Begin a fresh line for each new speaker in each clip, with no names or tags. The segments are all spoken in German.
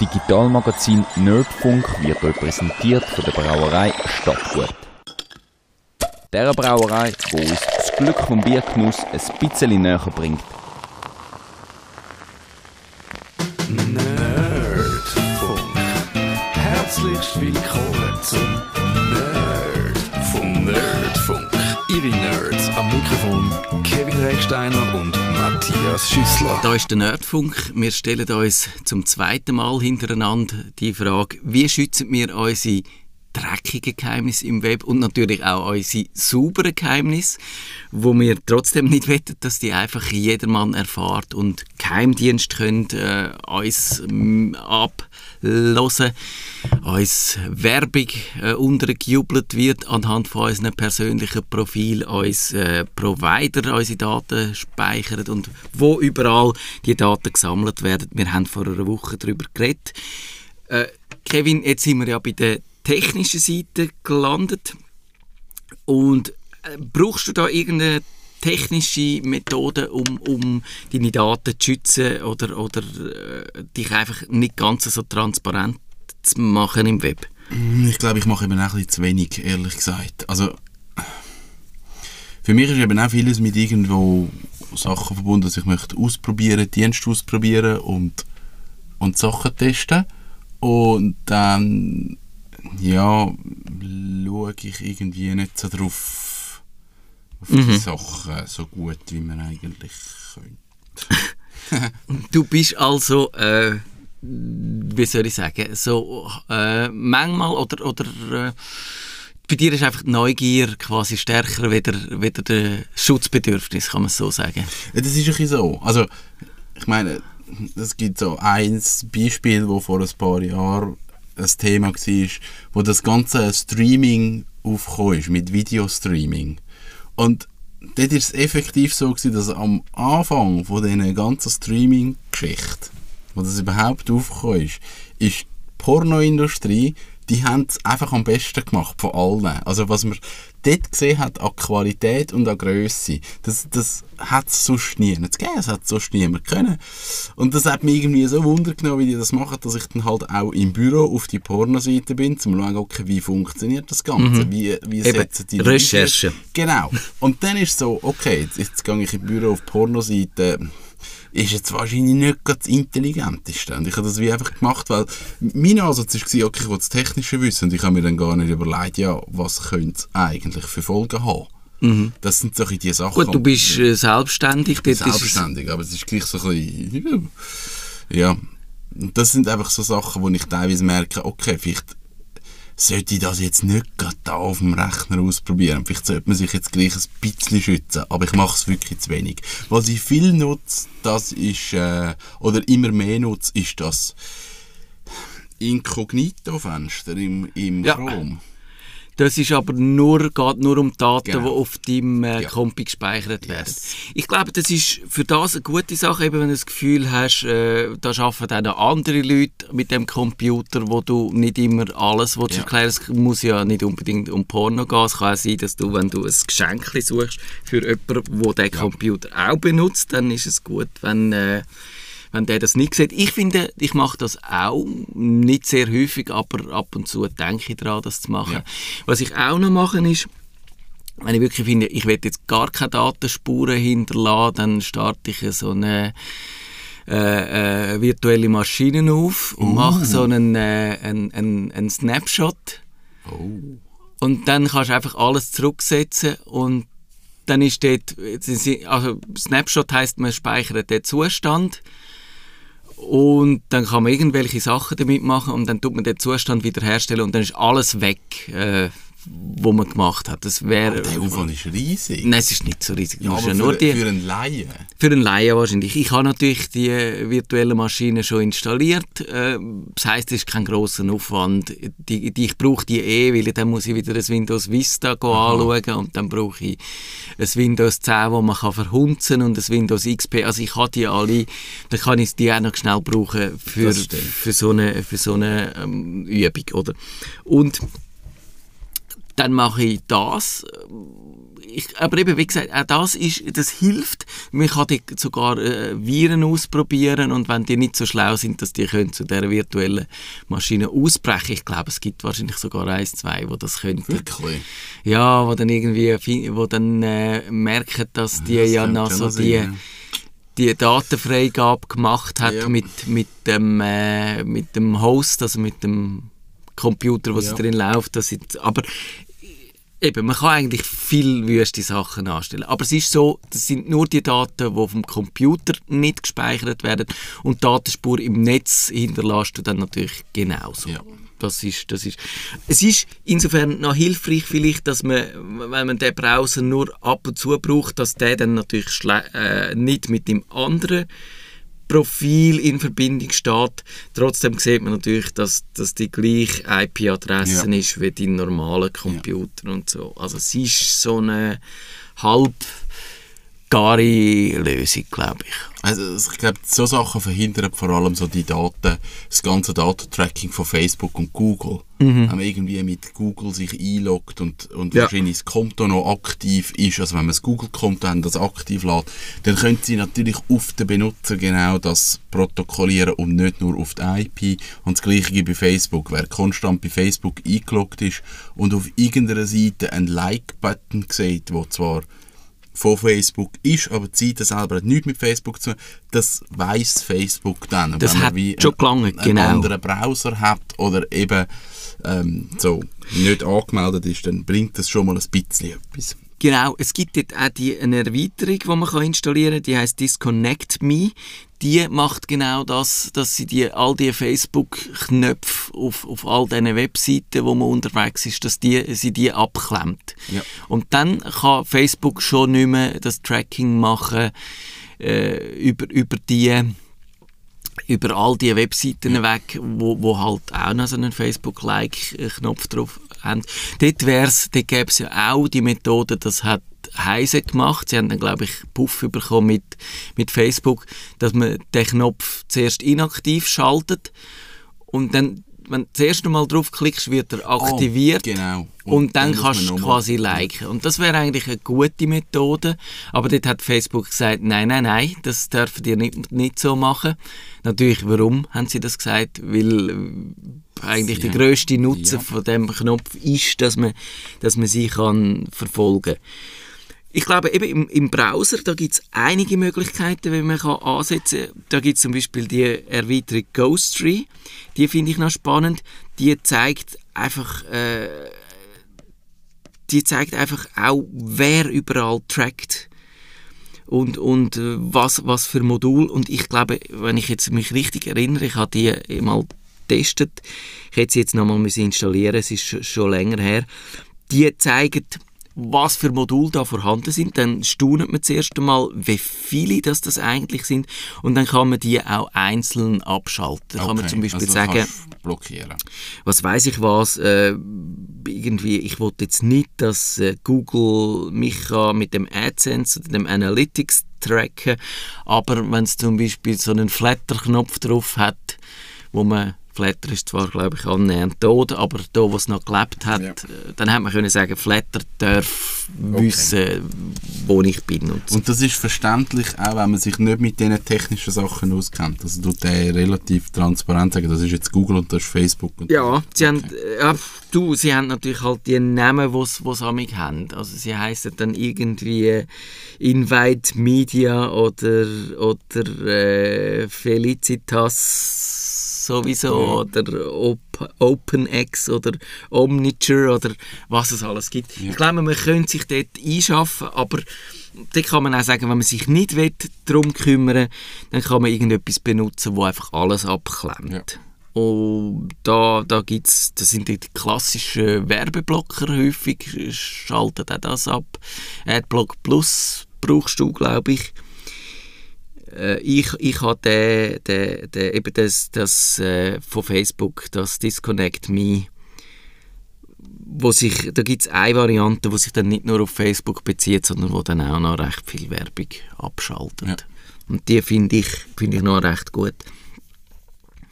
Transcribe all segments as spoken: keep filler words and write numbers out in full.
Digitalmagazin Nerdfunk wird euch präsentiert von der Brauerei Stadtgut. Der Brauerei, die uns das Glück vom Biergenuss ein bisschen näher bringt.
Nerdfunk. Herzlich willkommen zum Nerdfunk. Nerdfunk. Ihre Nerds am Mikrofon Kevin Rechsteiner und Matthias Schüssler.
Da ist der Nerdfunk. Wir stellen uns zum zweiten Mal hintereinander die Frage, wie schützen wir unsere dreckigen Geheimnisse im Web und natürlich auch unsere sauberen Geheimnisse, wo wir trotzdem nicht wollen, dass die einfach jedermann erfährt und Geheimdienste können äh, uns ähm, abhören, uns Werbung äh, untergejubelt wird anhand von unseren persönlichen Profil, uns äh, Provider unsere Daten speichern und wo überall die Daten gesammelt werden. Wir haben vor einer Woche darüber geredet. Äh, Kevin, jetzt sind wir ja bei der technischen Seite gelandet. Und äh, brauchst du da irgendeine technische Methode, um, um deine Daten zu schützen oder, oder äh, dich einfach nicht ganz so transparent zu machen im Web?
Ich glaube, ich mache eben auch ein bisschen zu wenig, ehrlich gesagt. Also, für mich ist eben auch vieles mit irgendwo Sachen verbunden, dass ich möchte ausprobieren, Dienste ausprobieren und, und Sachen testen. Und dann ja, schaue ich irgendwie nicht so drauf auf mhm. die Sachen so gut, wie man eigentlich könnte.
Du bist also, äh, wie soll ich sagen, so äh, manchmal oder, oder äh, bei dir ist einfach die Neugier quasi stärker wieder, wieder das Schutzbedürfnis, kann man so sagen.
Ja, das ist ein bisschen so. Also, ich meine, es gibt so ein Beispiel, das vor ein paar Jahren ein Thema war, wo das ganze Streaming aufgekommen ist, mit Videostreaming. Und dort war es effektiv so, dass am Anfang von dieser ganzen Streaming-Geschichte, wo das überhaupt aufgekommen ist, ist die Pornoindustrie, die haben es einfach am besten gemacht von allen. Also was man dort gesehen hat an Qualität und an Grösse, das, das hat es sonst niemand gegeben, das hat sonst niemand können. Und das hat mich irgendwie so Wunder genommen, wie die das machen, dass ich dann halt auch im Büro auf die Pornoseite bin, um zu schauen, okay, wie funktioniert das Ganze, mhm. wie, wie setzen die
Recherche.
Leute? Genau. Und dann ist es so, okay, jetzt, jetzt gehe ich im Büro auf die Pornoseite, ist jetzt wahrscheinlich nicht das Intelligenteste. Und ich habe das wie einfach gemacht, weil mein Ansatz war, okay, ich will das Technische wissen und ich habe mir dann gar nicht überlegt, ja, was könnte es eigentlich für Folgen haben. Mhm. Das sind so die Sachen.
Gut, du bist äh, selbstständig.
Ich bin selbstständig, aber es ist gleich so ein bisschen, ja. Und das sind einfach so Sachen, wo ich teilweise merke, okay, vielleicht sollte ich das jetzt nicht gerade da auf dem Rechner ausprobieren. Vielleicht sollte man sich jetzt gleich ein bisschen schützen, aber ich mache es wirklich zu wenig. Was ich viel nutze, das ist, äh, oder immer mehr nutze, ist das Inkognito-Fenster im, im
ja.
Chrome.
Das ist aber nur, geht nur um Daten,
genau.
die auf deinem äh,
ja.
Kompi gespeichert werden.
Yes.
Ich glaube, das ist für das eine gute Sache, eben, wenn du das Gefühl hast, äh, da arbeiten auch noch andere Leute mit dem Computer, wo du nicht immer alles willst ja. erklären. Es muss ja nicht unbedingt um Porno gehen. Es kann auch sein, dass du, wenn du ein Geschenk suchst für jemanden, der den ja. Computer auch benutzt, dann ist es gut, wenn... Äh, wenn der das nicht sieht. Ich finde, ich mache das auch, nicht sehr häufig, aber ab und zu denke ich daran, das zu machen. Ja. Was ich auch noch mache, ist, wenn ich wirklich finde, ich will jetzt gar keine Datenspuren hinterlassen, dann starte ich so eine äh, äh, virtuelle Maschine auf und uh. mache so einen, äh, einen, einen, einen Snapshot.
Oh.
Und dann kannst du einfach alles zurücksetzen und dann ist dort, also Snapshot heisst, man speichert den Zustand. Und dann kann man irgendwelche Sachen damit machen und dann tut man den Zustand wiederherstellen und dann ist alles weg, äh, was man gemacht hat. Das wär,
oh, der Aufwand ist riesig.
Nein, es ist nicht so riesig.
Ja, aber
ja
für,
nur die,
für einen Laien?
Für einen Laien wahrscheinlich. Ich habe natürlich die virtuelle Maschine schon installiert. Äh, das heisst, es ist kein grosser Aufwand. Die, die, ich brauche die eh, weil dann muss ich wieder ein Windows Vista anschauen und dann brauche ich ein Windows zehn, das man kann verhunzen und ein Windows X P. Also ich habe die alle, dann kann ich die auch noch schnell brauchen für, für so eine, für so eine ähm, Übung. Oder? Und dann mache ich das. Ich, aber eben, wie gesagt, auch das, ist, das hilft. Man kann sogar äh, Viren ausprobieren und wenn die nicht so schlau sind, dass die können zu dieser virtuellen Maschine ausbrechen. Ich glaube, es gibt wahrscheinlich sogar eins, zwei, die das können.
Wirklich?
Ja, wo dann irgendwie wo dann, äh, merken, dass die
das
ja noch so
sein,
die,
ja.
die Datenfreigabe gemacht hat
ja.
mit, mit, dem, äh, mit dem Host, also mit dem Computer, wo ja. drin läuft. Das sind, aber eben, man kann eigentlich viel wüste Sachen anstellen. Aber es ist so, das sind nur die Daten, die vom Computer nicht gespeichert werden. Und die Datenspur im Netz hinterlässt du dann natürlich genauso. Ja. Das ist, das ist. Es ist insofern noch hilfreich vielleicht, dass man, wenn man den Browser nur ab und zu braucht, dass der dann natürlich schle- äh, nicht mit dem anderen Profil in Verbindung steht. Trotzdem sieht man natürlich, dass, dass die gleiche I P-Adresse ja. ist wie die normalen Computer ja. und so. Also es ist so eine halb gare Lösung, glaube ich.
Also ich glaube, so Sachen verhindern vor allem so die Daten, das ganze Datentracking von Facebook und Google. Mhm. Wenn man irgendwie mit Google sich einloggt und, und ja. wahrscheinlich das Konto noch aktiv ist, also wenn man das Google-Konto hat, das aktiv lässt, dann können sie natürlich auf den Benutzer genau das protokollieren und nicht nur auf die I P. Und das Gleiche bei Facebook. Wer konstant bei Facebook eingeloggt ist und auf irgendeiner Seite einen Like-Button sieht, der zwar von Facebook ist, aber die Seite selber hat nichts mit Facebook zu tun, das weiss Facebook dann.
Das
wenn
hat
man wie
schon gelangt,
einen,
genau.
einen anderen Browser hat oder eben ähm, so nicht angemeldet ist, dann bringt das schon mal ein bisschen etwas.
Genau, es gibt dort auch die, eine Erweiterung, die man kann installieren kann, die heisst Disconnect Me. Die macht genau das, dass sie die, all die Facebook-Knöpfe auf, auf all diesen Webseiten, wo man unterwegs ist, dass die, sie die abklemmt. Ja. Und dann kann Facebook schon nicht mehr das Tracking machen äh, über, über die über all die Webseiten ja. weg, wo, wo halt auch noch so einen Facebook-Like-Knopf drauf haben. Dort, dort gäbe es ja auch die Methode, das hat Heise gemacht. Sie haben dann, glaube ich, Puff bekommen mit, mit Facebook, dass man den Knopf zuerst inaktiv schaltet und dann, wenn du das erste Mal draufklickst, wird er aktiviert.
Oh, genau.
Und, und dann, dann kannst du quasi liken. Und das wäre eigentlich eine gute Methode. Aber dort hat Facebook gesagt, nein, nein, nein, das dürfen die nicht, nicht so machen. Natürlich, warum haben sie das gesagt? Weil eigentlich ja. der grösste Nutzen ja. von dem Knopf ist, dass man, dass man sie kann verfolgen kann. Ich glaube, eben im, im Browser, da gibt es einige Möglichkeiten, wie man kann ansetzen kann. Da gibt es zum Beispiel die Erweiterung Ghostery. Die finde ich noch spannend. Die zeigt einfach, äh, die zeigt einfach auch, wer überall trackt und, und äh, was, was für Modul. Und ich glaube, wenn ich jetzt mich richtig erinnere, ich habe die mal getestet. Ich hätte sie jetzt noch mal installieren müssen, es ist schon länger her. Die zeigen, was für Module da vorhanden sind, dann staunt man zuerst einmal, wie viele das, das eigentlich sind und dann kann man die auch einzeln abschalten. Da okay, kann man zum Beispiel
also
sagen,
blockieren.
Was weiss ich was, äh, irgendwie, ich will jetzt nicht, dass äh, Google mich kann mit dem AdSense oder dem Analytics tracken, aber wenn es zum Beispiel so einen Flatter-Knopf drauf hat, wo man Flatter ist zwar, glaube ich, annähernd tot, aber da, wo es noch gelebt hat, ja. dann hätte man können sagen, Flatter darf okay. wissen, wo ich bin. Und, so.
Und das ist verständlich, auch wenn man sich nicht mit diesen technischen Sachen auskennt. Also tut der relativ transparent sagen, das ist jetzt Google und das ist Facebook. Und
ja, sie
okay.
haben, ja, du, sie haben natürlich halt die Namen, die sie amig haben. Also sie heissen dann irgendwie Invite Media oder, oder äh, Felicitas sowieso oder Op- OpenX oder Omniture oder was es alles gibt. Ja. Ich glaube, man könnte sich dort einschaffen, aber dort kann man auch sagen, wenn man sich nicht darum kümmern will, dann kann man irgendetwas benutzen, das einfach alles abklemmt. Ja. Und da, da gibt's, das sind die klassischen Werbeblocker häufig, schaltet auch das ab. Adblock Plus brauchst du, glaube ich. Ich, ich habe den, den, den, eben das, das äh, von Facebook, das Disconnect Me, wo sich, da gibt es eine Variante, die sich dann nicht nur auf Facebook bezieht, sondern wo dann auch noch recht viel Werbung abschaltet. Ja. Und die finde ich, find ich noch recht gut.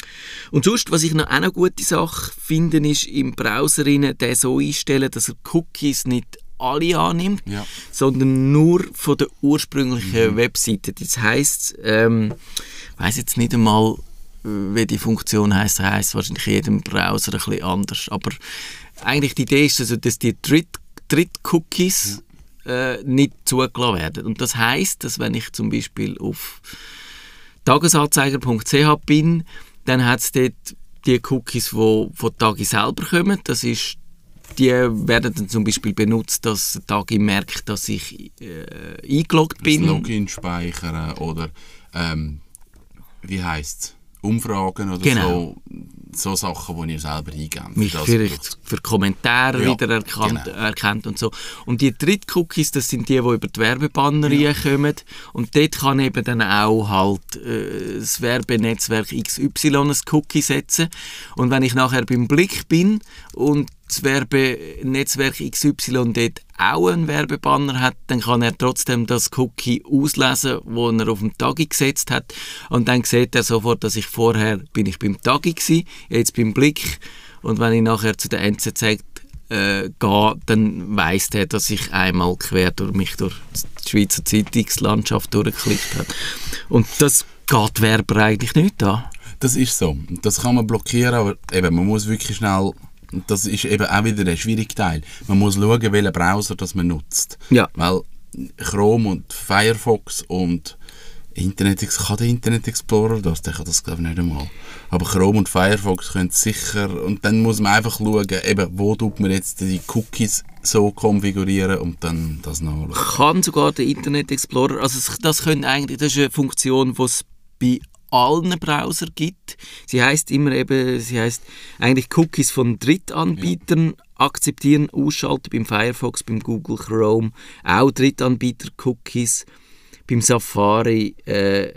Und sonst, was ich noch auch eine gute Sache finde, ist im Browser rein, den so einstellen, dass er Cookies nicht alle annimmt,
Ja.
sondern nur von der ursprünglichen
Mhm.
Webseite. Das heisst, ähm, ich weiss jetzt nicht einmal, wie die Funktion heisst. Das heisst wahrscheinlich in jedem Browser ein bisschen anders. Aber eigentlich die Idee ist, also, dass die Dritt- Dritt-Cookies äh, nicht zugelassen werden. Und das heisst, dass wenn ich zum Beispiel auf tagesanzeiger punkt c h bin, dann hat es dort die Cookies, die von Tagi selber kommen. Das ist, die werden dann zum Beispiel benutzt, dass Tagi merkt, dass ich äh, eingeloggt bin.
Das Login speichern oder ähm, wie heisst es? Umfragen oder
Genau.
so, so Sachen, die ihr selber eingebt.
Mich
Das
vielleicht
Produkt.
für Kommentare
Ja,
wieder erkannt,
genau.
erkennt und so. Und die Dritt-Cookies, das sind die, die über die Werbebanner reinkommen. Und dort kann eben dann auch halt äh, das Werbenetzwerk X Y ein Cookie setzen. Und wenn ich nachher beim Blick bin und das Werbenetzwerk X Y dort auch einen Werbebanner hat, dann kann er trotzdem das Cookie auslesen, das er auf dem Tagi gesetzt hat. Und dann sieht er sofort, dass ich vorher bin ich beim Tagi gsi, jetzt beim Blick. Und wenn ich nachher zu der N Z Z äh, gehe, dann weiss er, dass ich einmal quer durch mich durch die Schweizer Zeitungslandschaft durchgeklickt habe. Und das geht Werber eigentlich nicht an.
Das ist so. Das kann man blockieren, aber eben, man muss wirklich schnell. Das ist eben auch wieder der schwierige Teil. Man muss schauen, welchen Browser das man nutzt.
Ja.
Weil Chrome und Firefox und Internet Explorer, kann der Internet Explorer das? Der kann das glaube ich nicht einmal. Aber Chrome und Firefox können sicher, und dann muss man einfach schauen, eben, wo tut man jetzt die Cookies so konfigurieren und dann das nachschauen.
Kann sogar der Internet Explorer, also das können eigentlich, das ist eine Funktion, die es bei allen Browser gibt. Sie heißt immer eben, sie heißt eigentlich Cookies von Drittanbietern akzeptieren, ausschalten beim Firefox, beim Google Chrome, auch Drittanbieter-Cookies. Beim Safari äh,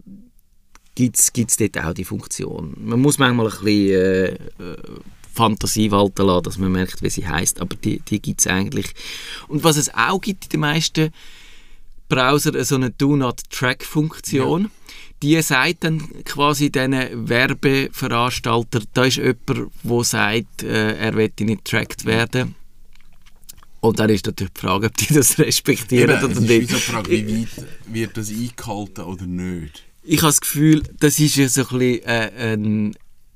gibt es dort auch die Funktion. Man muss manchmal ein bisschen äh, äh, Fantasie walten lassen, dass man merkt, wie sie heißt, aber die, die gibt es eigentlich. Und was es auch gibt in den meisten Browser, so eine Do-Not-Track-Funktion. Ja. Die sagt dann quasi diesen Werbeveranstalter, da ist jemand, der sagt, äh, er will nicht getrackt werden. Und dann ist natürlich die Frage, ob die das respektieren
Eben,
oder
es ist
nicht.
wie so die Frage, wie weit wird das eingehalten oder nicht?
Ich habe das Gefühl, das ist ja so ein bisschen äh, eine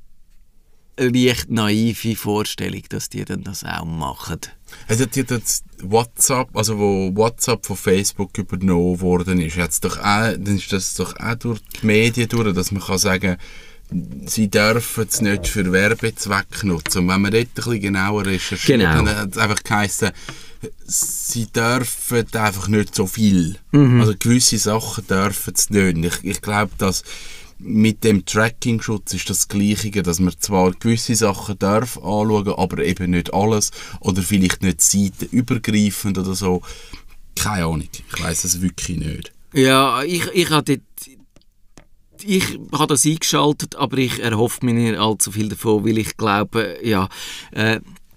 leicht naive Vorstellung, dass die dann das auch machen.
Es hat jetzt WhatsApp, also wo WhatsApp von Facebook übernommen worden ist, hat's doch auch, dann ist das doch auch durch die Medien durch, dass man kann sagen, sie dürfen es nicht für Werbezwecke nutzen. Und wenn man dort ein bisschen genauer recherchiert,
Genau.
dann hat es einfach geheißen, sie dürfen einfach nicht so viel.
Mhm.
Also gewisse Sachen dürfen es nicht. Ich, ich glaube, dass mit dem Tracking-Schutz ist das Gleiche, dass man zwar gewisse Sachen darf anschauen, aber eben nicht alles oder vielleicht nicht seitenübergreifend oder so. Keine Ahnung, ich weiss es wirklich nicht.
Ja, ich, ich habe dort, ich habe das eingeschaltet, aber ich erhoffe mir nicht allzu viel davon, weil ich glaube, ja, äh,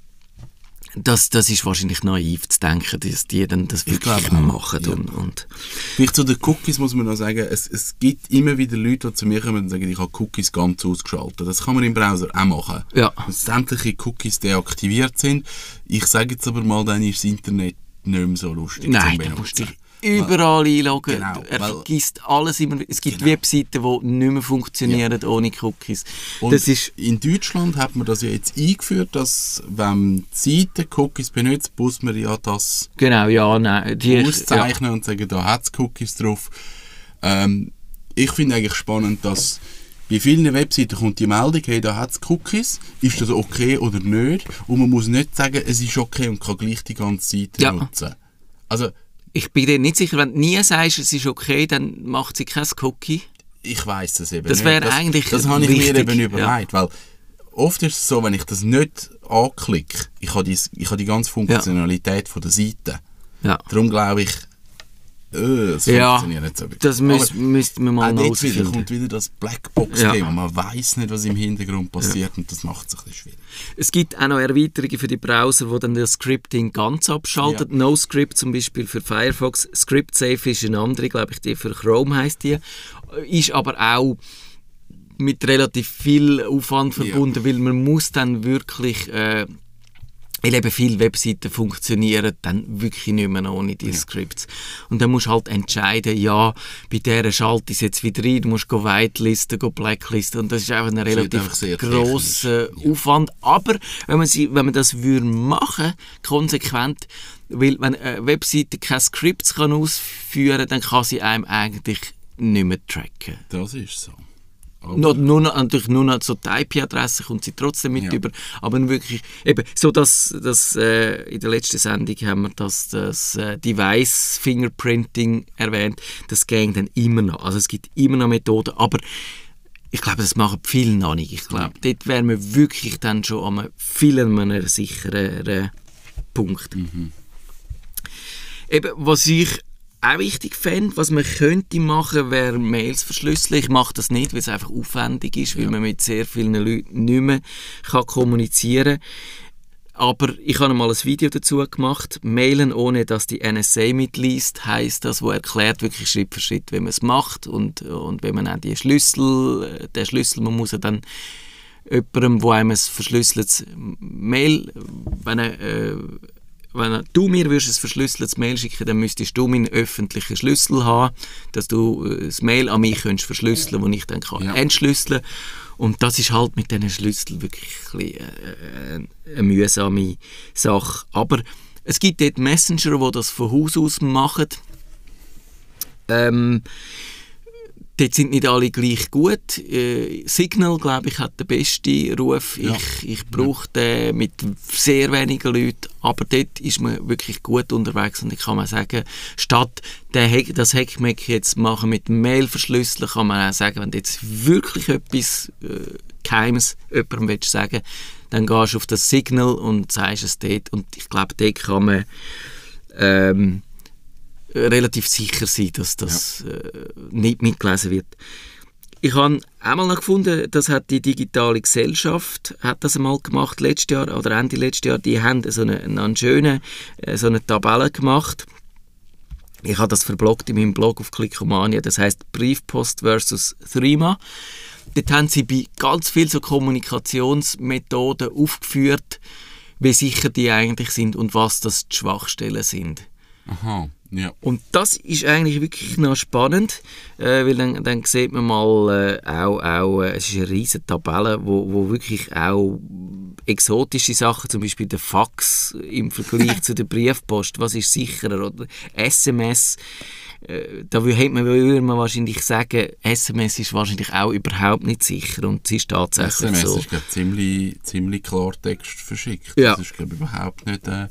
das, das ist wahrscheinlich naiv zu denken, dass die dann das
Ich
wirklich
glaube auch,
machen.
ja.
Und, und
Vielleicht zu den Cookies muss man noch sagen, es, es gibt immer wieder Leute, die zu mir kommen und sagen, ich habe Cookies ganz ausgeschaltet. Das kann man im Browser auch machen.
Ja.
Dass sämtliche Cookies deaktiviert sind. Ich sage jetzt aber mal, dann ist das Internet nicht mehr so lustig
Nein,
zum
du musst
Benutzen.
dich überall einloggen.
Genau,
er
weil-
vergisst alles immer. Es gibt
Genau.
Webseiten, die nicht mehr funktionieren ohne Cookies.
Und
Das ist,
in Deutschland hat man das ja jetzt eingeführt, dass wenn die Seite Cookies benutzt, muss man ja das
genau, ja, nein. Die,
auszeichnen und sagen, da hat es Cookies drauf. Ähm, ich finde eigentlich spannend, dass bei vielen Webseiten kommt die Meldung, hey, da hat es Cookies, ist das okay oder nicht? Und man muss nicht sagen, es ist okay und kann gleich die ganze Seite
Ja.
nutzen. Also,
Ich bin dir nicht sicher, wenn du nie sagst, es ist okay, dann macht sie kein Cookie.
ich weiss das eben
Das
nicht.
wäre eigentlich
Das habe ich mir
wichtig,
eben überlegt, weil oft ist es so, wenn ich das nicht anklicke, ich habe die, ich habe die ganze Funktionalität von der Seite.
Ja.
Darum glaube ich, äh, es
Ja,
funktioniert nicht so gut.
das müsste müsst man mal
auch
noch
dort wieder
herausfinden.
kommt wieder das Blackbox-Thema.
Ja.
Man weiß nicht, was im Hintergrund passiert und das macht es ein bisschen schwierig.
Es gibt auch noch Erweiterungen für die Browser, die dann das Scripting ganz abschaltet.
Ja.
NoScript zum Beispiel für Firefox. ScriptSafe ist eine andere, glaube ich, die für Chrome heisst die. Ist aber auch mit relativ viel Aufwand verbunden, ja. weil man muss dann wirklich, äh, weil eben viele Webseiten funktionieren dann wirklich nicht mehr ohne die ja. Scripts. Und dann musst du halt entscheiden, ja, bei dieser schalte ich es jetzt wieder rein, du musst go whitelisten, go blacklisten und das ist einfach ein relativ grosser ja. Aufwand. Aber wenn man, sie, wenn man das würde machen, konsequent, weil wenn eine Webseite keine Scripts kann ausführen kann, dann kann sie einem eigentlich nicht mehr tracken.
Das ist so.
Nur, nur, natürlich nur noch so die I P-Adresse kommt sie trotzdem mit ja. über, aber wirklich, eben, so dass, dass äh, in der letzten Sendung haben wir das, das äh, Device Fingerprinting erwähnt, das geht dann immer noch, also es gibt immer noch Methoden, aber ich glaube, das machen viele noch nicht. Ich glaube, ja. dort wären wir wirklich dann schon an einem viel einem sicheren Punkt. Mhm. Eben, was ich auch wichtig fände, was man könnte machen, wäre Mails verschlüsseln. Ich mache das nicht, weil es einfach aufwendig ist, weil ja. man mit sehr vielen Leuten nicht mehr kann kommunizieren kann. Aber ich habe mal ein Video dazu gemacht. Mailen, ohne dass die N S A mitliest, heisst das, wo erklärt wirklich Schritt für Schritt, wie man es macht und, und wenn man auch die Schlüssel, den Schlüssel, man muss ja dann jemandem, wo einem ein verschlüsseltes Mail, wenn er, äh, wenn du mir würdest ein verschlüsseltes Mail schicken, dann müsstest du meinen öffentlichen Schlüssel haben, dass du das Mail an mich könntest verschlüsseln, wo ich dann kann ja. entschlüsseln kann. Und das ist halt mit diesen Schlüsseln wirklich ein bisschen, äh, eine mühsame Sache. Aber es gibt dort Messenger, die das von Haus aus machen. Ähm, Dort sind nicht alle gleich gut. Äh, Signal, glaube ich, hat den besten Ruf. Ja. Ich, ich brauche den mit sehr wenigen Leuten, aber dort ist man wirklich gut unterwegs und ich kann mal sagen, statt den Hack, das Hackmack jetzt machen mit dem Mail verschlüsseln, kann man auch sagen, wenn du jetzt wirklich etwas äh, Geheimes jemandem willst sagen, dann gehst du auf das Signal und sagst es dort und ich glaube, dort kann man ähm, relativ sicher sein, dass das ja. äh, nicht mitgelesen wird. Ich habe einmal noch gefunden, das hat die digitale Gesellschaft hat das einmal gemacht, letztes Jahr oder Ende letztes Jahr, die haben so eine, eine schöne äh, so eine Tabelle gemacht. Ich habe das verbloggt in meinem Blog auf Clickomania, das heißt Briefpost versus Threema. Dort haben sie bei ganz vielen so Kommunikationsmethoden aufgeführt, wie sicher die eigentlich sind und was das die Schwachstellen sind.
Aha. Ja.
Und das ist eigentlich wirklich noch spannend, äh, weil dann, dann sieht man mal äh, auch, auch äh, es ist eine riesige Tabelle, wo, wo wirklich auch exotische Sachen, zum Beispiel der Fax im Vergleich zu der Briefpost, was ist sicherer, oder S M S, äh, da würde man, würde man wahrscheinlich sagen, S M S ist wahrscheinlich auch überhaupt nicht sicher und es ist tatsächlich so. S M S
so. Ist glaube ziemlich, ziemlich Klartext verschickt,
ja.
Das ist glaube überhaupt nicht... Äh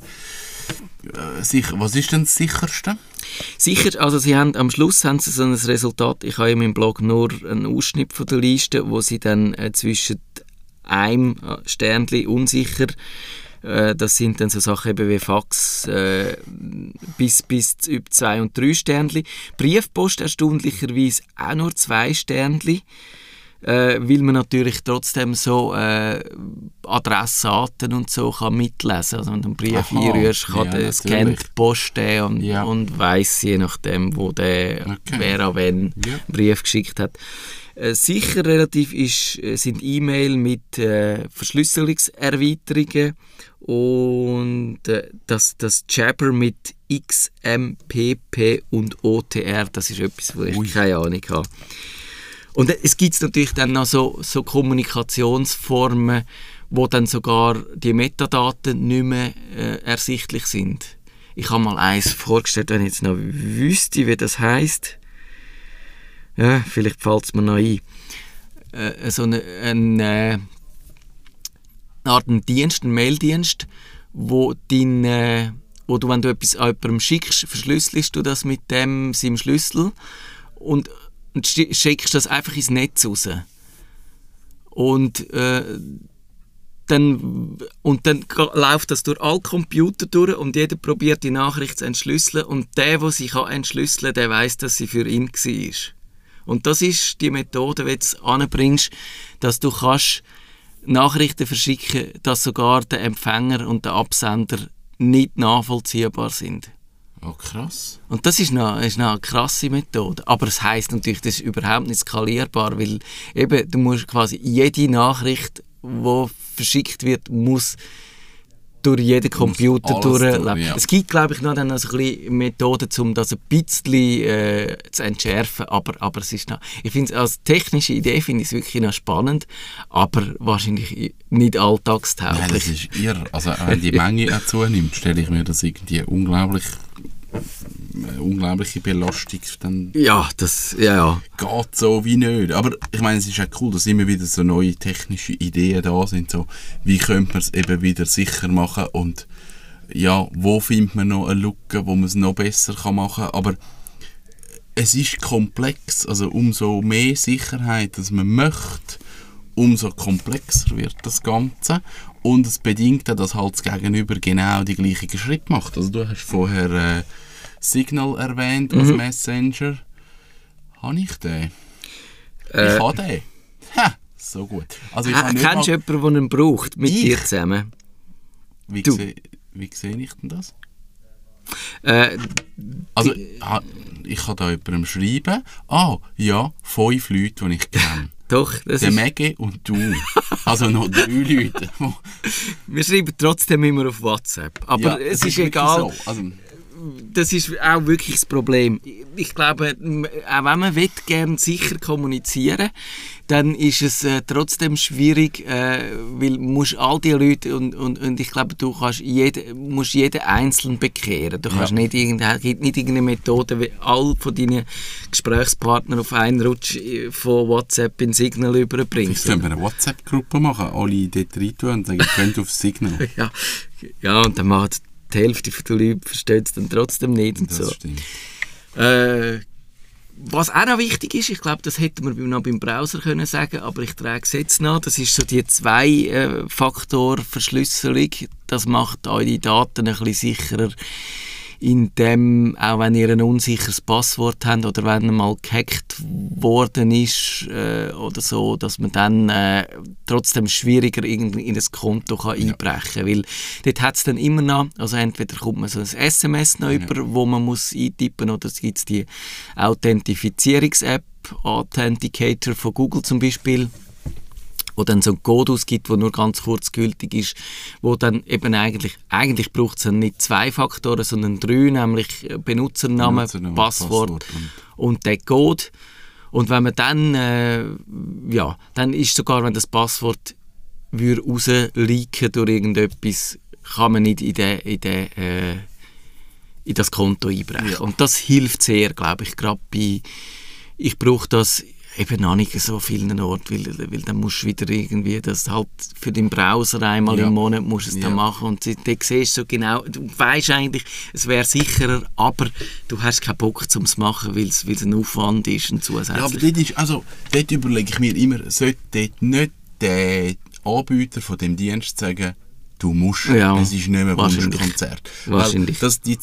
Sicher. Was ist denn das Sicherste?
Sicher, also sie haben, am Schluss haben sie so ein Resultat, ich habe in meinem Blog nur einen Ausschnitt von der Liste, wo sie dann äh, zwischen einem Sternchen unsicher, äh, das sind dann so Sachen eben wie Fax, äh, bis, bis über zwei und drei Sternchen. Briefpost erstaunlicherweise auch nur zwei Sternchen. Äh, weil man natürlich trotzdem so äh, Adressaten und so kann mitlesen. Also wenn du einen Brief Aha, einrührst, kann ja, der scannt die Post und, ja. und weiss je nachdem, wo der okay. wer an wen ja. einen Brief geschickt hat. Äh, sicher relativ ist, sind E-Mail mit äh, Verschlüsselungserweiterungen und äh, das, das Jabber mit X M P P und O T R, das ist etwas, wo ich Ui. keine Ahnung habe. Und es gibt natürlich dann noch so, so Kommunikationsformen, wo dann sogar die Metadaten nicht mehr äh, ersichtlich sind. Ich habe mal eins vorgestellt, wenn ich jetzt noch wüsste, wie das heisst. Ja, vielleicht fällt es mir noch ein. Äh, so eine, eine, eine Art ein Dienst, ein Maildienst, wo, dein, äh, wo du, wenn du etwas an jemandem schickst, verschlüsselst du das mit dem, seinem Schlüssel und und schickst das einfach ins Netz raus. Und, äh, dann, und dann läuft das durch alle Computer durch und jeder probiert die Nachricht zu entschlüsseln und der, der sie entschlüsseln kann, der weiss, dass sie für ihn war. Und das ist die Methode, wie du es anbringst, dass du kannst Nachrichten verschicken, dass sogar der Empfänger und der Absender nicht nachvollziehbar sind.
Oh, krass.
Und das ist noch, ist noch eine krasse Methode. Aber es heisst natürlich, das ist überhaupt nicht skalierbar, weil eben, du musst quasi jede Nachricht, die verschickt wird, muss durch jeden Computer durchleben. Ja. Es gibt, glaube ich, noch dann also ein bisschen Methoden, um das ein bisschen äh, zu entschärfen, aber, aber es ist noch, ich finde es als technische Idee finde ich es wirklich noch spannend, aber wahrscheinlich nicht alltagstauglich.
Nein, das ist irre. Also wenn die Menge auch zunimmt, stelle ich mir das irgendwie unglaublich eine unglaubliche Belastung dann
ja, das ja, ja.
geht so wie nicht. Aber ich meine, es ist auch cool, dass immer wieder so neue technische Ideen da sind, so wie könnte man es eben wieder sicher machen und ja, wo findet man noch eine Lücke, wo man es noch besser kann machen kann. Aber es ist komplex, also umso mehr Sicherheit, dass man möchte, umso komplexer wird das Ganze. Und es bedingt auch, dass halt das Gegenüber genau die gleichen Schritte macht. Also du hast vorher äh, Signal erwähnt als mhm. Messenger. Habe ich den? Äh. Ich habe den. Ha, so gut. Also ich
ha, kennst du jemanden, der ihn braucht, mit ich? dir zusammen?
Wie, se- wie sehe ich denn das?
Äh,
also ich kann da jemandem schreiben, ah, ja, fünf Leute, die ich kenne.
Doch, das
der
ist...
Maggie und du. Also noch drei Leute.
Wir schreiben trotzdem immer auf WhatsApp. Aber ja, es ist, ist egal. So. Also, das ist auch wirklich das Problem. Ich glaube, auch wenn man gerne sicher kommunizieren, dann ist es äh, trotzdem schwierig, äh, weil du musst all die Leute und, und, und ich glaube, du kannst jede, musst jeden einzeln bekehren. Du kannst ja. nicht irgendeine, gibt nicht irgendeine Methode, wie all von deinen Gesprächspartnern auf einen Rutsch von WhatsApp in Signal überbringst.
Vielleicht können wir eine WhatsApp-Gruppe machen, alle dort rein tun und sagen, könnt auf Signal.
ja. ja, und dann macht die Hälfte der Leute versteht es dann trotzdem nicht. Und
das
so.
Stimmt.
Äh, was auch noch wichtig ist, ich glaube, das hätten wir noch beim Browser können sagen, aber ich trage es jetzt noch, das ist so die Zwei-Faktor-Verschlüsselung. Das macht eure Daten ein bisschen sicherer, indem, auch wenn ihr ein unsicheres Passwort habt oder wenn mal gehackt worden ist äh, oder so, dass man dann äh, trotzdem schwieriger in, in ein Konto kann ja. einbrechen kann. Weil dort hat es dann immer noch, also entweder kommt man so ein S M S noch ja. über, wo man muss eintippen oder es gibt die Authentifizierungs-App, Authenticator von Google zum Beispiel, wo dann so einen Code ausgibt, der nur ganz kurz gültig ist, wo dann eben eigentlich, eigentlich braucht es nicht zwei Faktoren, sondern drei, nämlich Benutzername, Benutzername Passwort, Passwort und, und der Code. Und wenn man dann, äh, ja, dann ist sogar, wenn das Passwort rausleaken durch irgendetwas, kann man nicht in, den, in, den, äh, in das Konto einbrechen. Ja. Und das hilft sehr, glaube ich, gerade bei, ich brauche das eben noch nicht so vielen Orten, weil, weil dann musst du wieder irgendwie das halt für den Browser einmal ja. im Monat musst du es ja. dann machen und dann siehst du so genau, du weißt eigentlich, es wäre sicherer, aber du hast keinen Bock zum es machen, weil es ein Aufwand ist und zusätzlich.
Ja, aber dort, ist, also, dort überlege ich mir immer, sollte dort nicht der Anbieter von dem Dienst sagen, du musst,
ja,
es ist nicht mehr Wunschkonzert.
Wahrscheinlich.
Weil das die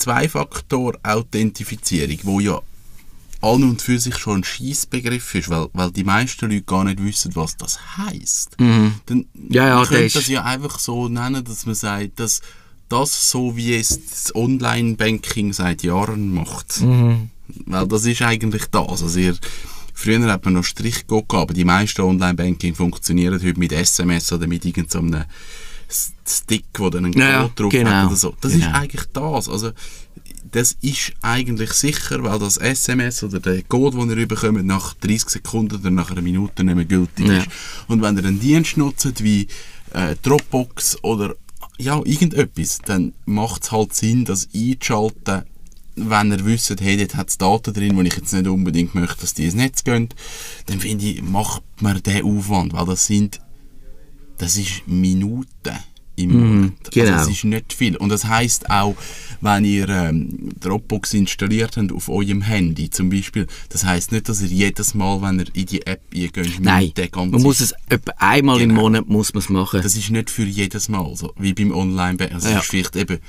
Zwei-Faktor-Authentifizierung, wo ja an und für sich schon ein Scheissbegriff ist, weil, weil die meisten Leute gar nicht wissen, was das heisst.
Mhm.
Dann
ja, ja,
man könnte
das
das ja einfach so nennen, dass man sagt, dass das so wie es das Online-Banking seit Jahren macht.
Mhm.
Weil das ist eigentlich das. Also ihr, früher hat man noch Strichcode gehabt, aber die meisten Online-Banking funktionieren heute mit S M S oder mit irgendeinem Stick, wo dann ein Code
ja,
drauf
genau.
hat oder so. Das
genau.
ist eigentlich das. Also das ist eigentlich sicher, weil das S M S oder der Code, den ihr bekommt, nach dreißig Sekunden oder nach einer Minute nicht mehr gültig
ja.
ist. Und wenn ihr einen Dienst nutzt wie äh, Dropbox oder ja, irgendetwas, dann macht es halt Sinn, das einzuschalten, wenn ihr wisst, hey, dort hat es Daten drin, wo ich jetzt nicht unbedingt möchte, dass die ins Netz gehen, dann finde ich, macht man den Aufwand, weil das sind, das ist Minuten im Monat.
Mm, genau.
Also das ist nicht viel. Und das heisst auch, wenn ihr ähm, Dropbox installiert habt auf eurem Handy zum Beispiel, das heisst nicht, dass ihr jedes Mal, wenn ihr in die App eingeht,
Nein,
den ganzen...
man muss es etwa einmal genau. im Monat muss man es machen.
Das ist nicht für jedes Mal so, wie beim Online-Banking. Also
ja.
es ist vielleicht eben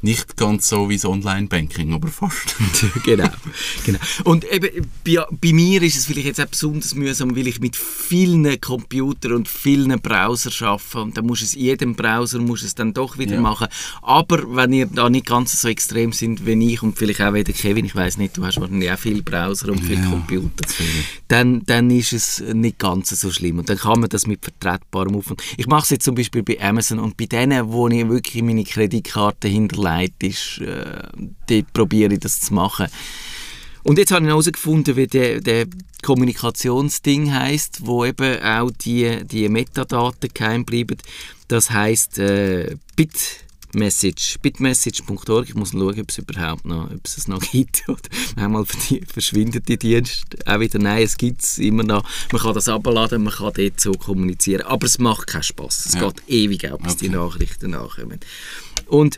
Nicht ganz so wie das Online-Banking, aber fast.
genau, genau. Und eben, bei, bei mir ist es vielleicht jetzt auch besonders mühsam, weil ich mit vielen Computern und vielen Browsern arbeite und dann muss es in jedem Browser muss es dann doch wieder
ja.
machen. Aber wenn ihr da nicht ganz so extrem sind wie ich und vielleicht auch wie der Kevin, ich weiss nicht, du hast wahrscheinlich auch viele Browser und viele
ja,
Computer, dann, dann ist es nicht ganz so schlimm und dann kann man das mit vertretbarem Aufwand. Ich mache es jetzt zum Beispiel bei Amazon und bei denen, wo ich wirklich meine Kreditkarte hinterlegt ist, äh, dort probiere ich das zu machen. Und jetzt habe ich herausgefunden, wie der, der Kommunikationsding heisst, wo eben auch die, die Metadaten geheim bleiben. Das heisst äh, Bitmessage, bitmessage punkt org. Ich muss schauen, ob es überhaupt noch, ob es es noch gibt. Oder manchmal verschwindet die Dienste auch wieder. Nein, es gibt es immer noch. Man kann das abladen, man kann dort so kommunizieren. Aber es macht keinen Spass. Es ja. geht ewig auch, bis okay. die Nachrichten nachkommen. Und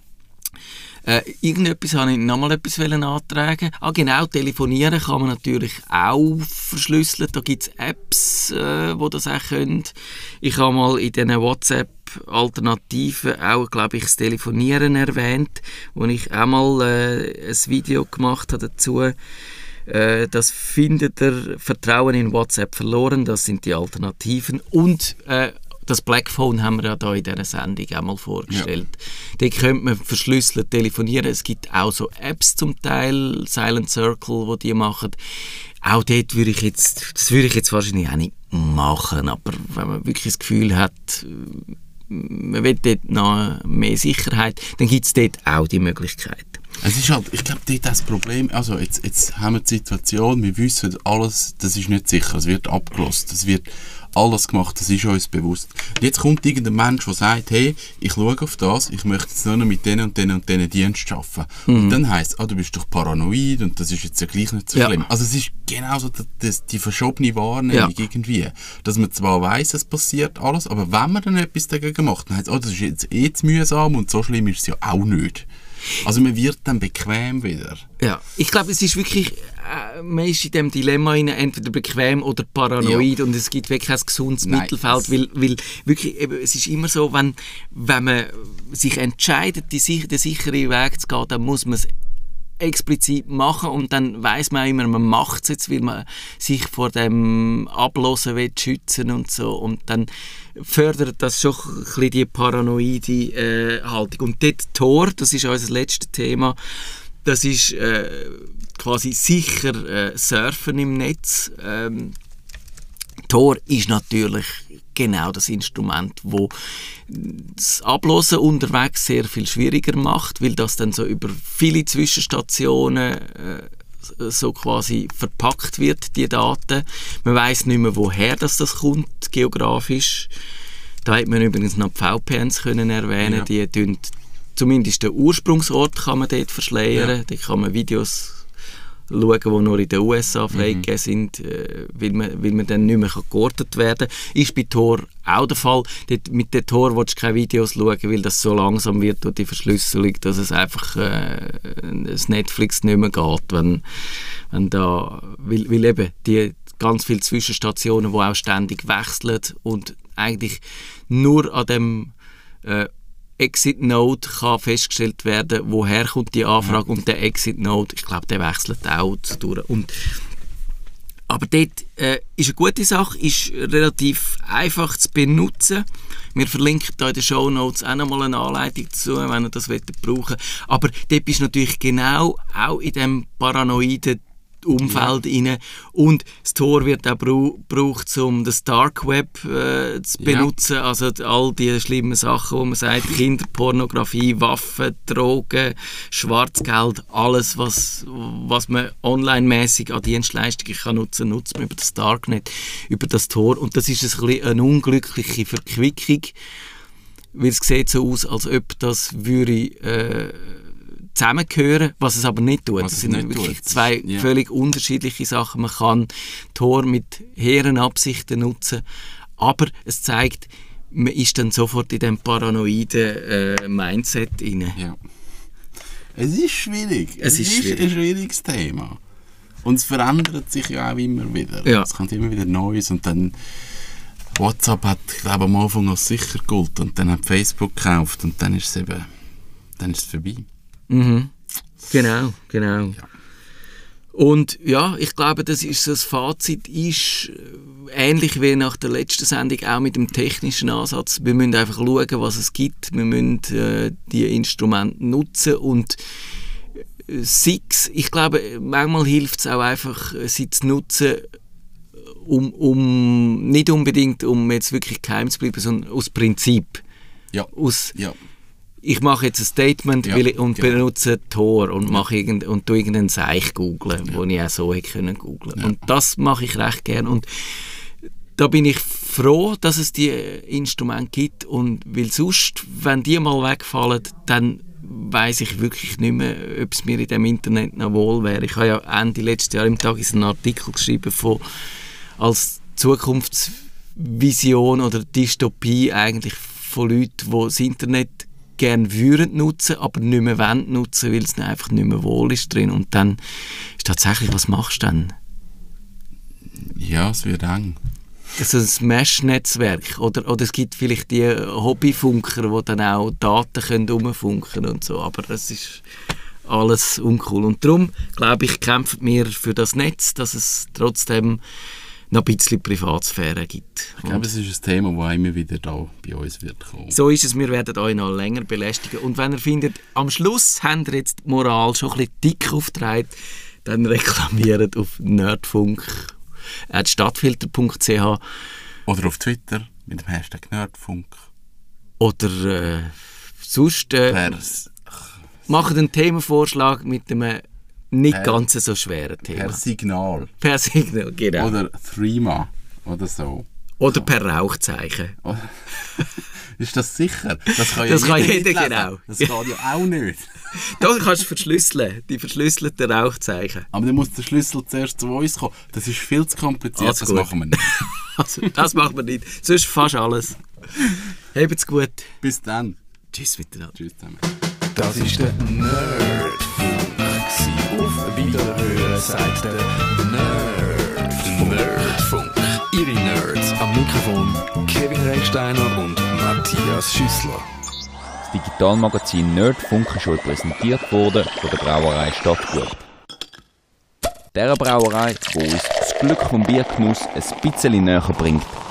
Äh, irgendetwas wollte ich noch mal etwas antragen. Ah, genau, telefonieren kann man natürlich auch verschlüsseln. Da gibt es Apps, äh, die das auch können. Ich habe mal in diesen WhatsApp-Alternativen auch, glaube ich, das Telefonieren erwähnt, wo ich auch mal äh, ein Video gemacht habe dazu. Äh, das findet ihr Vertrauen in WhatsApp verloren. Das sind die Alternativen. Und äh, das Blackphone haben wir ja da in dieser Sendung auch mal vorgestellt. Ja. Da könnte man verschlüsselt telefonieren. Es gibt auch so Apps zum Teil, Silent Circle, die die machen. Auch dort würde ich jetzt, das würde ich jetzt wahrscheinlich auch nicht machen, aber wenn man wirklich das Gefühl hat, man will dort noch mehr Sicherheit, dann gibt es dort auch die Möglichkeit.
Es ist halt, ich glaube, dort das Problem, also jetzt, jetzt haben wir die Situation, wir wissen, alles, das ist nicht sicher, es wird abgelost, es wird alles gemacht, das ist uns bewusst. Und jetzt kommt irgendein Mensch, der sagt, hey, ich schaue auf das, ich möchte jetzt nur noch mit denen und denen und denen Dienst arbeiten. Mhm. Und dann heisst es, ah, du bist doch paranoid und das ist jetzt ja gleich nicht so schlimm. Ja. Also es ist genau so die, die, die verschobene Wahrnehmung ja. irgendwie, dass man zwar weiss, es passiert alles, aber wenn man dann etwas dagegen macht, dann heisst es, ah, das ist jetzt eh zu mühsam und so schlimm ist es ja auch nicht. Also man wird dann bequem wieder.
Ja, ich glaube, es ist wirklich, äh, man ist in diesem Dilemma rein, entweder bequem oder paranoid ja. und es gibt wirklich kein gesundes Nein. Mittelfeld, weil, weil wirklich, eben, es ist immer so, wenn, wenn man sich entscheidet, die, den sicheren Weg zu gehen, dann muss man es explizit machen und dann weiss man auch immer, man macht es jetzt, weil man sich vor dem Ablosen will, schützen und so und dann fördert das schon ein bisschen die paranoide äh, Haltung. Und dort Tor, das ist unser letztes Thema, das ist äh, quasi sicher äh, Surfen im Netz. Ähm, Tor ist natürlich genau das Instrument, wo das Ablosen unterwegs sehr viel schwieriger macht, weil das dann so über viele Zwischenstationen äh, so quasi verpackt wird, die Daten. Man weiss nicht mehr, woher das, das kommt, geografisch. Da hätte man übrigens noch die V P Ns können erwähnen, ja. die tun, zumindest den Ursprungsort kann man dort verschleiern, ja. da kann man Videos schauen, die nur in den U S A freigegeben mhm. sind, äh, weil, man, weil man dann nicht mehr geortet werden kann. Ist bei Tor auch der Fall. Dort, mit dem Tor willst du keine Videos schauen, weil das so langsam wird durch die Verschlüsselung, dass es einfach äh, das Netflix nicht mehr geht. Wenn, wenn da, weil, weil eben die ganz viele Zwischenstationen, die auch ständig wechseln und eigentlich nur an dem äh, Exit-Node kann festgestellt werden, woher kommt die Anfrage, ja. und der Exit-Node, ich glaube, der wechselt auch durch. Und, aber dort äh, ist eine gute Sache, ist relativ einfach zu benutzen. Wir verlinken da in den Shownotes auch nochmal eine Anleitung dazu, wenn ihr das brauchen wollt. Aber dort bist du natürlich genau auch in diesem paranoiden Umfeld ja. rein. Und das Tor wird auch gebraucht, um das Dark Web äh, zu benutzen. Ja. Also all die schlimmen Sachen, wo man sagt, Kinderpornografie, Waffen, Drogen, Schwarzgeld, alles, was, was man online-mäßig an Dienstleistungen kann nutzen, nutzt man über das Darknet, über das Tor. Und das ist ein bisschen eine unglückliche Verquickung, weil es sieht so aus, als ob das würde äh, zusammengehören, was es aber nicht tut.
Was
das sind wirklich
tut.
zwei ja. völlig unterschiedliche Sachen. Man kann Tor mit hehren Absichten nutzen, aber es zeigt, man ist dann sofort in diesem paranoiden äh, Mindset rein.
Ja. Es ist schwierig.
Es,
es
ist,
ist
schwierig.
ein schwieriges Thema. Und es verändert sich ja auch immer wieder.
Ja.
Es kommt immer wieder Neues und dann WhatsApp hat, glaube ich, am Anfang als sicher gegolten und dann hat Facebook gekauft und dann ist es eben dann ist es vorbei.
Mhm. Genau, genau.
Ja.
Und ja, ich glaube, das ist so das Fazit, ist ähnlich wie nach der letzten Sendung auch mit dem technischen Ansatz. Wir müssen einfach schauen, was es gibt. Wir müssen äh, die Instrumente nutzen und äh, sechs, ich glaube, manchmal hilft es auch einfach, sie zu nutzen, um, um nicht unbedingt, um jetzt wirklich geheim zu bleiben, sondern aus Prinzip.
Ja.
Aus,
ja.
Ich mache jetzt ein Statement
Ja,
weil ich, und
genau.
benutze Tor und mache irgend, und tu irgendeinen Seich googlen, ja. wo ich auch so hätte können googlen.
Ja.
Und das mache ich recht gern. Und da bin ich froh, dass es die Instrumente gibt. Und weil sonst, wenn die mal wegfallen, dann weiss ich wirklich nicht mehr, ob es mir in dem Internet noch wohl wäre. Ich habe ja Ende letzten Jahr im Tag einen Artikel geschrieben von als Zukunftsvision oder Dystopie eigentlich von Leuten, die das Internet gerne würden nutzen, aber nicht mehr wollen nutzen, weil es einfach nicht mehr wohl ist drin. Und dann ist tatsächlich, was machst du dann?
Ja, es wird eng.
Also ein Mesh-Netzwerk. Oder, oder es gibt vielleicht die Hobbyfunker, die dann auch Daten können umfunken und so. Aber das ist alles uncool. Und darum, glaube ich, kämpfen wir für das Netz, dass es trotzdem noch ein bisschen Privatsphäre gibt.
Ich glaube, es ist ein Thema, das immer wieder da bei uns wird kommen.
So ist es, wir werden euch noch länger belästigen. Und wenn ihr findet, am Schluss habt ihr jetzt die Moral schon ein bisschen dick aufgetragen, dann reklamiert auf nerdfunk at stadtfilter punkt c h
Oder auf Twitter mit dem Hashtag Nerdfunk.
oder äh, sonst äh,
Per,
macht einen Themenvorschlag mit einem nicht
Per-
ganz so schweren Thema.
per Signal.
Per Signal, genau. Oder,
Oder Threema. Oder so.
oder per Rauchzeichen.
Ist das sicher? Das kann
Das
ja
kann
jeder
jeder,
mitlesen.
genau.
Das geht ja auch nicht.
Da kannst du verschlüsseln, die verschlüsselten Rauchzeichen.
Aber dann muss der Schlüssel zuerst zu uns kommen. Das ist viel zu kompliziert,
Also
das
gut.
machen wir nicht.
Also, das machen wir nicht. Sonst fast alles. Habt's gut.
Bis dann.
Tschüss miteinander.
Tschüss zusammen.
Das ist der Nerdfunk. Auf Wiederhören sagt der Nerd. Nerdfunk. Ihre Nerds am Mikrofon Kevin Recksteiner und Matthias Schüssler.
Das Digitalmagazin Nerdfunk ist euch präsentiert worden von der Brauerei Stadtgut. Der Brauerei, die uns das Glück vom Biergenuss ein bisschen näher bringt.